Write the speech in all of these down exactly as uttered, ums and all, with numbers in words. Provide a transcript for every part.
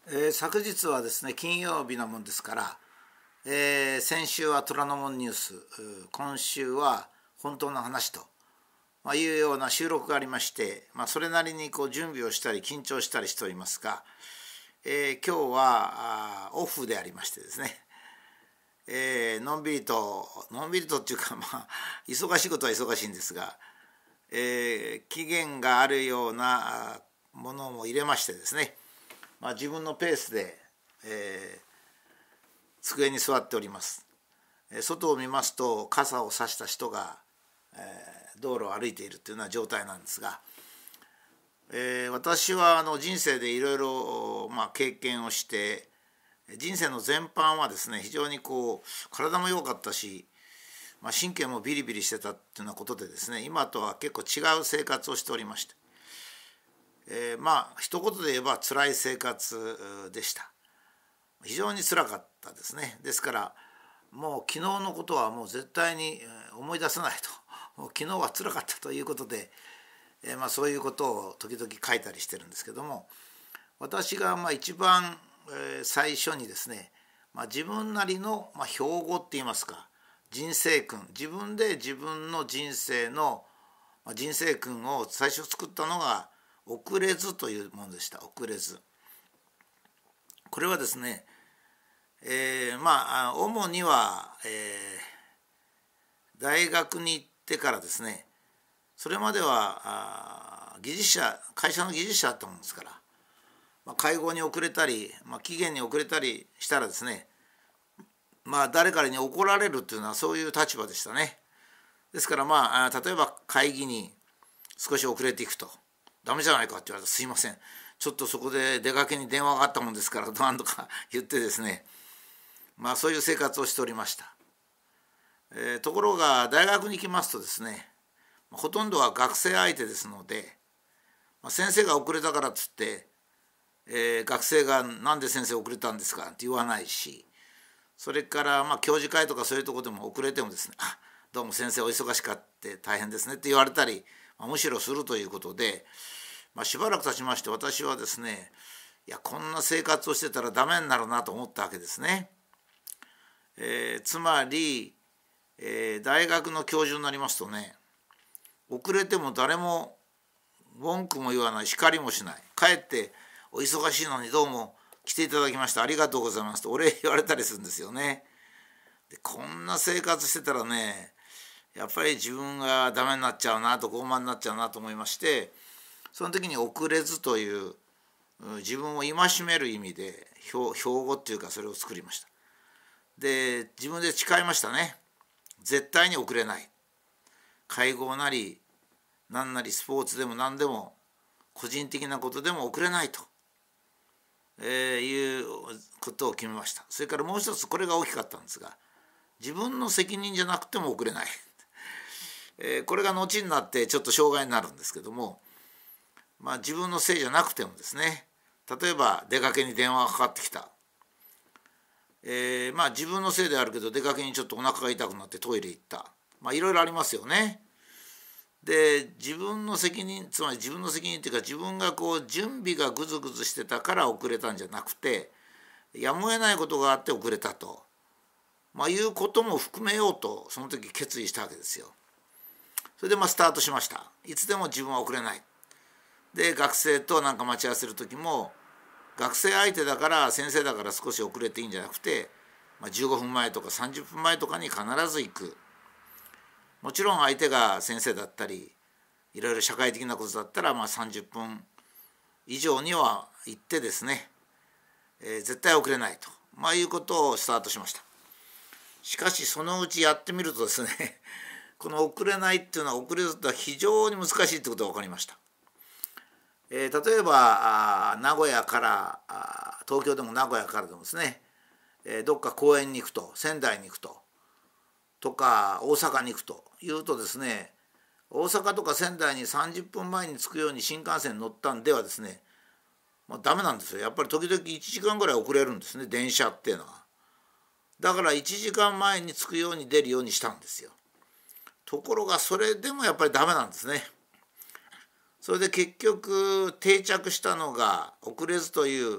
えー昨日はですね金曜日なもんですから、えー先週は虎ノ門ニュース、今週は本当の話と、まあ、いうような収録がありまして、まあ、それなりにこう準備をしたり緊張したりしておりますが、えー今日はあーオフでありましてですね、えーのんびりとのんびりとっていうか、まあ忙しいことは忙しいんですが、えー期限があるようなあものも入れましてですね、まあ、自分のペースで、えー机に座っております。えー外を見ますと傘を差した人が、えー道路を歩いているというような状態なんですが、えー私はあの人生でいろいろまあ経験をして、人生の全般はですね非常にこう体も良かったし、まあ、神経もビリビリしてたっていうようなことでですね、今とは結構違う生活をしておりまして、えーまあ一言で言えば辛い生活でした。非常に辛かったですね。ですからもう昨日のことはもう絶対に思い出せないと、もう昨日は辛かったということで、えーまあ、そういうことを時々書いたりしてるんですけども、私がまあ一番、えー最初にですね、まあ、自分なりの、まあ、標語って言いますか、人生訓、自分で自分の人生の、まあ、人生訓を最初作ったのが遅れずというものでした。遅れず、これはですね、えーまあ主には、えー大学に行ってからですね、それまではあ技術者会社の技術者だったもんですから、まあ、会合に遅れたり、まあ、期限に遅れたりしたらですね、まあ誰かに怒られるっていうのはそういう立場でしたね。ですからまあ例えば会議に少し遅れていくとダメじゃないかって言われたら、すいません、ちょっとそこで出かけに電話があったもんですから何とか言ってですね、まあそういう生活をしておりました。えーところが大学に行きますとですね、ほとんどは学生相手ですので、まあ、先生が遅れたからっつって、えー学生が「なんで先生遅れたんですか?」って言わないし、それからまあ教授会とかそういうところでも遅れてもですね「あ、どうも先生お忙しかって大変ですね」って言われたり、まあ、むしろするということで、まあ、しばらく経ちまして私はですね、いやこんな生活をしてたらダメになるなと思ったわけですね。えーつまり、えー大学の教授になりますとね、遅れても誰も文句も言わない、叱りもしない、かえって「お忙しいのにどうも来ていただきましてありがとうございます」とお礼言われたりするんですよね。でこんな生活してたらね、やっぱり自分がダメになっちゃうなと、傲慢になっちゃうなと思いまして、その時に遅れずという自分を戒める意味で標標語っていうかそれを作りました。で自分で誓いましたね。絶対に遅れない。会合なり何なりスポーツでも何でも個人的なことでも遅れないと、えーいうことを決めました。それからもう一つ、これが大きかったんですが、自分の責任じゃなくても遅れない、えーこれが後になってちょっと障害になるんですけども、まあ自分のせいじゃなくてもですね、例えば出かけに電話がかかってきた、えーまあ自分のせいであるけど出かけにちょっとお腹が痛くなってトイレ行った、まあいろいろありますよね。で自分の責任、つまり自分の責任っていうか、自分がこう準備がぐずぐずしてたから遅れたんじゃなくて、やむを得ないことがあって遅れたと、まあ、いうことも含めようとその時決意したわけですよ。それでまあスタートしました。いつでも自分は遅れない。で学生となんか待ち合わせる時も、学生相手だから先生だから少し遅れていいんじゃなくて、まあ、じゅうごふんまえとかさんじゅっぷんまえとかに必ず行く。もちろん相手が先生だったりいろいろ社会的なことだったら、まあさんじゅっぷん以上には行ってですね、えー絶対遅れないと、まあ、いうことをスタートしました。しかしそのうちやってみるとですねこの遅れないっていうのは、遅れるとは非常に難しいってことが分かりました。えー例えばあ名古屋からあ東京でも名古屋からでもですね、えーどっか公園に行くと、仙台に行くととか大阪に行くというとですね、大阪とか仙台にさんじゅっぷんまえに着くように新幹線に乗ったんではですね、まあ、ダメなんですよ。やっぱり時々いちじかんぐらい遅れるんですね、電車っていうのは。だからいちじかんまえに着くように出るようにしたんですよ。ところがそれでもやっぱりダメなんですね。それで結局定着したのが遅れずという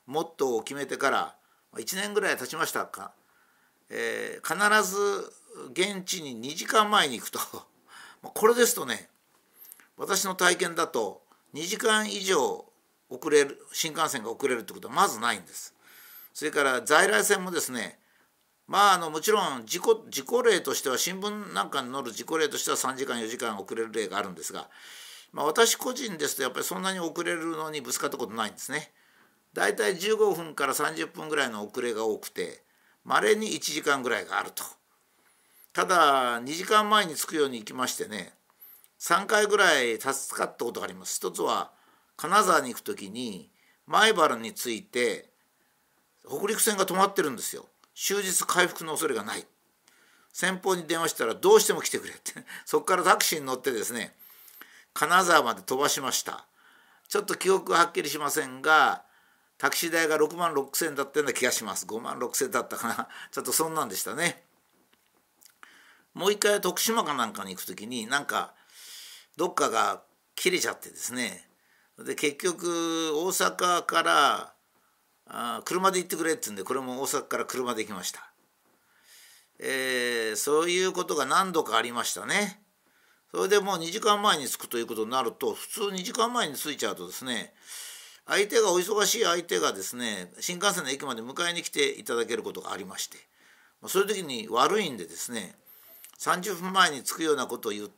モットーを決めてからいちねんぐらい経ちましたか、えー、必ず現地ににじかんまえに行くとこれですとね、私の体験だとにじかん以上遅れる、新幹線が遅れるってことはまずないんです。それから在来線もですね、まあ、あのもちろん事故、事故例としては新聞なんかに載る事故例としてはさんじかんよじかん遅れる例があるんですが、まあ、私個人ですとやっぱりそんなに遅れるのにぶつかったことないんですね。だいたいじゅうごふんからさんじゅっぷんぐらいの遅れが多くて、稀にいちじかんぐらいがあると。ただにじかんまえに着くように行きましてね、さんかいぐらい助かったことがあります。一つは金沢に行くときに米原に着いて北陸線が止まってるんですよ。終日回復の恐れがない。先方に電話したらどうしても来てくれってそこからタクシーに乗ってですね、金沢まで飛ばしました。ちょっと記憶ははっきりしませんが、タクシー代がろくまんろくせんだったような気がします。ごまんろくせんだったかな、ちょっとそんなんでしたね。もう一回徳島かなんかに行くときになんかどっかが切れちゃってですね、で結局大阪からあ車で行ってくれって言うんで、これも大阪から車で行きました。えー、そういうことが何度かありましたね。それでもうにじかんまえに着くということになると、普通にじかんまえに着いちゃうとですね、相手がお忙しい相手がですね、新幹線の駅まで迎えに来ていただけることがありまして、そういう時に悪いんでですね、さんじゅっぷんまえに着くようなことを言って、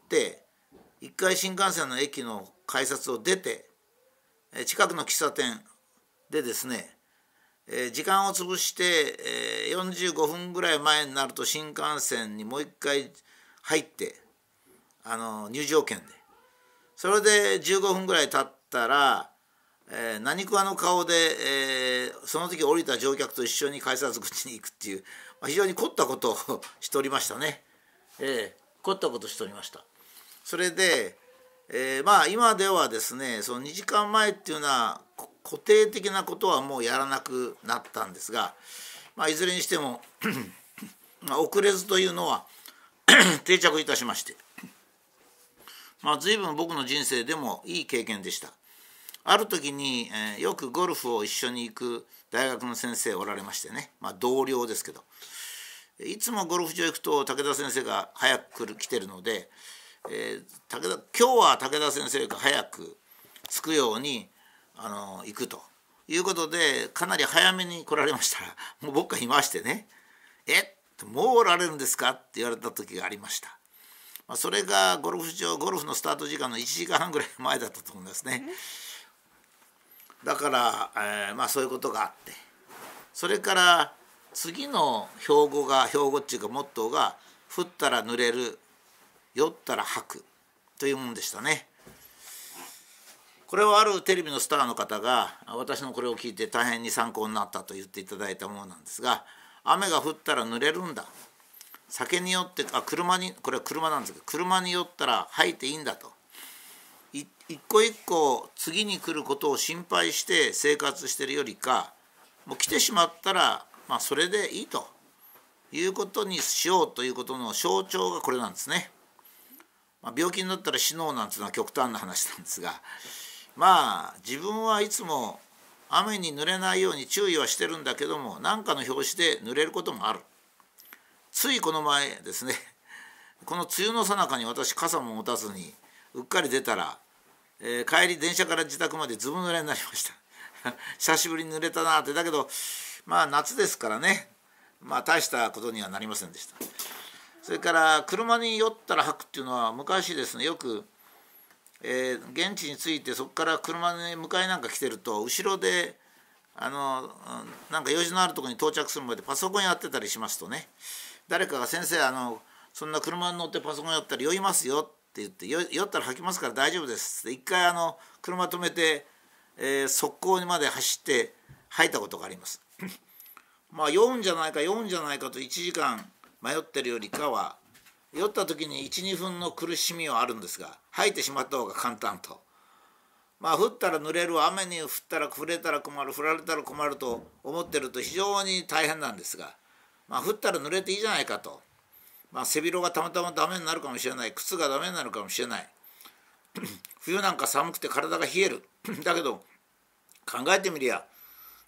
一回新幹線の駅の改札を出て、近くの喫茶店でですね、時間を潰してよんじゅうごふんぐらい前になると新幹線にもう一回入って、あの入場券で、それでじゅうごふんぐらい経ったら、えー、何食わの顔で、えー、その時降りた乗客と一緒に改札口に行くっていう、まあ、非常に凝ったことをしておりましたね。えー、凝ったことをしておりました。それで、えー、まあ今ではですね、そのにじかんまえっていうのは固定的なことはもうやらなくなったんですが、まあ、いずれにしても遅れずというのは定着いたしまして、まあ、随分僕の人生でもいい経験でした。ある時に、えー、よくゴルフを一緒に行く大学の先生おられましてね、まあ、同僚ですけど、いつもゴルフ場行くと武田先生が早く来る来てるので、えー、武田今日は武田先生が早く着くようにあの行くということで、かなり早めに来られましたら、もう僕がいましてね、えもうおられるんですかって言われた時がありました。まあ、それがゴルフ場ゴルフのスタート時間のいちじかんはんぐらい前だったと思いますね。だから、えー、まあそういうことがあって、それから次の標語が標語っていうかモットーが降ったら濡れる、酔ったら吐くというものでしたね。これはあるテレビのスターの方が私のこれを聞いて大変に参考になったと言っていただいたものなんですが、雨が降ったら濡れるんだ、酒に酔ってあ車にこれは車なんですけど、車に酔ったら吐いていいんだと、い一個一個次に来ることを心配して生活しているよりか、もう来てしまったら、まあ、それでいいということにしようということの象徴がこれなんですね。まあ、病気になったら死のうなんていうのは極端な話なんですが、まあ自分はいつも雨に濡れないように注意はしてるんだけども、何かの拍子で濡れることもある。ついこの前ですね、この梅雨の最中に私傘も持たずにうっかり出たら、えー、帰り電車から自宅までずぶ濡れになりました久しぶりに濡れたなって。だけどまあ夏ですからね、まあ大したことにはなりませんでした。それから車に酔ったら吐くっていうのは昔ですね、よく、えー、現地に着いてそこから車に迎えなんか来てると、後ろであのなんか用事のあるところに到着するまでパソコンやってたりしますとね、誰かが先生あのそんな車に乗ってパソコンやったら酔いますよって言って、酔ったら吐きますから大丈夫ですって一回あの車止めて、えー、側溝にまで走って吐いたことがありますまあ酔うんじゃないか酔うんじゃないかといちじかん迷ってるよりかは、酔った時にいちにふんの苦しみはあるんですが、吐いてしまった方が簡単と。まあ降ったら濡れる、雨に降ったら触れたら困る、降られたら困ると思ってると非常に大変なんですが、まあ降ったら濡れていいじゃないかと。まあ背広がたまたまダメになるかもしれない、靴がダメになるかもしれない冬なんか寒くて体が冷えるだけど考えてみりゃ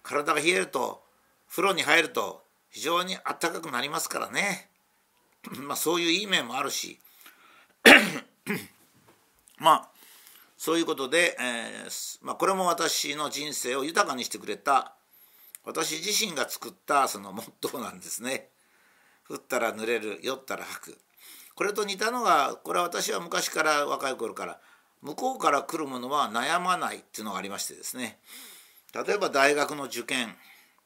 体が冷えると風呂に入ると非常に暖かくなりますからねまあそういういい面もあるしまあそういうことで、えーまあ、これも私の人生を豊かにしてくれた私自身が作ったそのモットーなんですね。降ったら濡れる、酔ったら吐く。これと似たのが、これは私は昔から若い頃から向こうから来るものは悩まないっていうのがありましてですね、例えば大学の受験、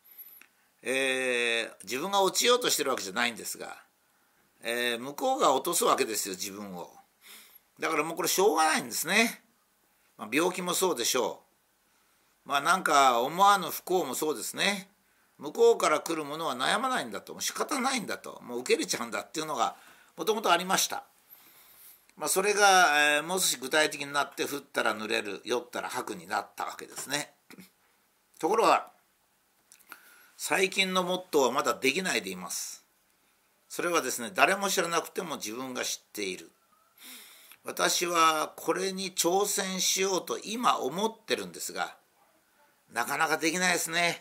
えー、自分が落ちようとしてるわけじゃないんですが、えー、向こうが落とすわけですよ、自分を。だからもうこれしょうがないんですね。まあ、病気もそうでしょう。まあなんか思わぬ不幸もそうですね。向こうから来るものは悩まないんだと、もう仕方ないんだと、もう受け入れちゃうんだっていうのがもともとありました。まあ、それが、えー、もう少し具体的になって降ったら濡れる、酔ったら吐くになったわけですね。ところが最近のモットーはまだできないでいます。それはですね、誰も知らなくても自分が知っている。私はこれに挑戦しようと今思ってるんですが、なかなかできないですね。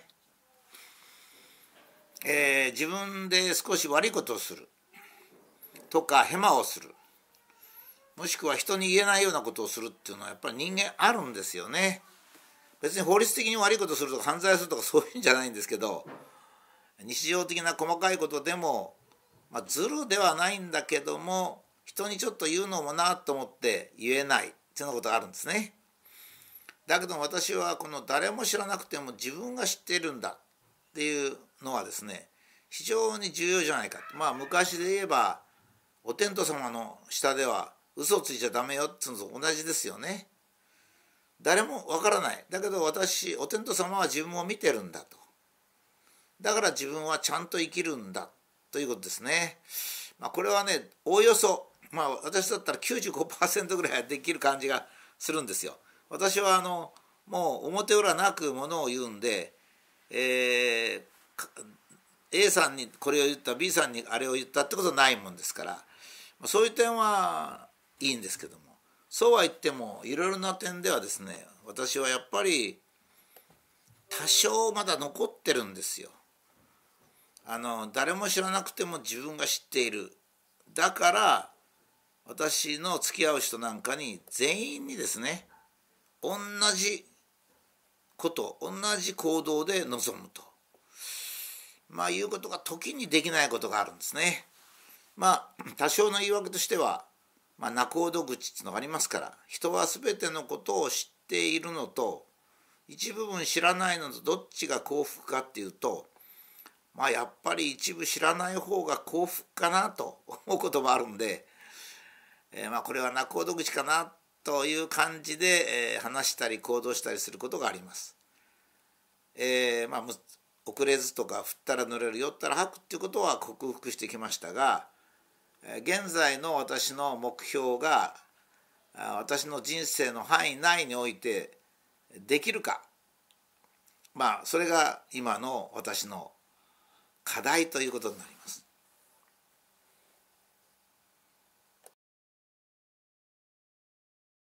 えー、自分で少し悪いことをするとかヘマをする、もしくは人に言えないようなことをするっていうのはやっぱり人間あるんですよね。別に法律的に悪いことをするとか犯罪するとかそういうんじゃないんですけど、日常的な細かいことでも、まあ、ずるではないんだけども人にちょっと言うのもなと思って言えないっていうようなことがあるんですね。だけど私はこの誰も知らなくても自分が知っているんだっていうのはですね、非常に重要じゃないか。まあ昔で言えばお天道様の下では嘘ついちゃダメよっていうのと同じですよね。誰もわからない。だけど私、お天道様は自分を見てるんだと。だから自分はちゃんと生きるんだということですね。まあ、これはね、おおよそ、まあ私だったら きゅうじゅうごパーセント ぐらいはできる感じがするんですよ。私はあのもう表裏なくものを言うんで、えー、A さんにこれを言った B さんにあれを言ったってことはないもんですから、そういう点はいいんですけども、そうは言ってもいろいろな点ではですね、私はやっぱり多少まだ残ってるんですよ。あの誰も知らなくても自分が知っている。だから私の付き合う人なんかに全員にですね、同じこと同じ行動で臨むと、まあいうことが時にできないことがあるんですね。まあ多少の言い訳としては、まあ、仲人口っていうのがありますから、人は全てのことを知っているのと一部分知らないのとどっちが幸福かっていうと、まあやっぱり一部知らない方が幸福かなと思うこともあるんで、えー、まあこれは仲人口かなという感じで、えー、話したり行動したりすることがあります。えー、まあ遅れずとか降ったら濡れる酔ったら吐くっていうことは克服してきましたが、現在の私の目標が私の人生の範囲内においてできるか、まあそれが今の私の課題ということになります。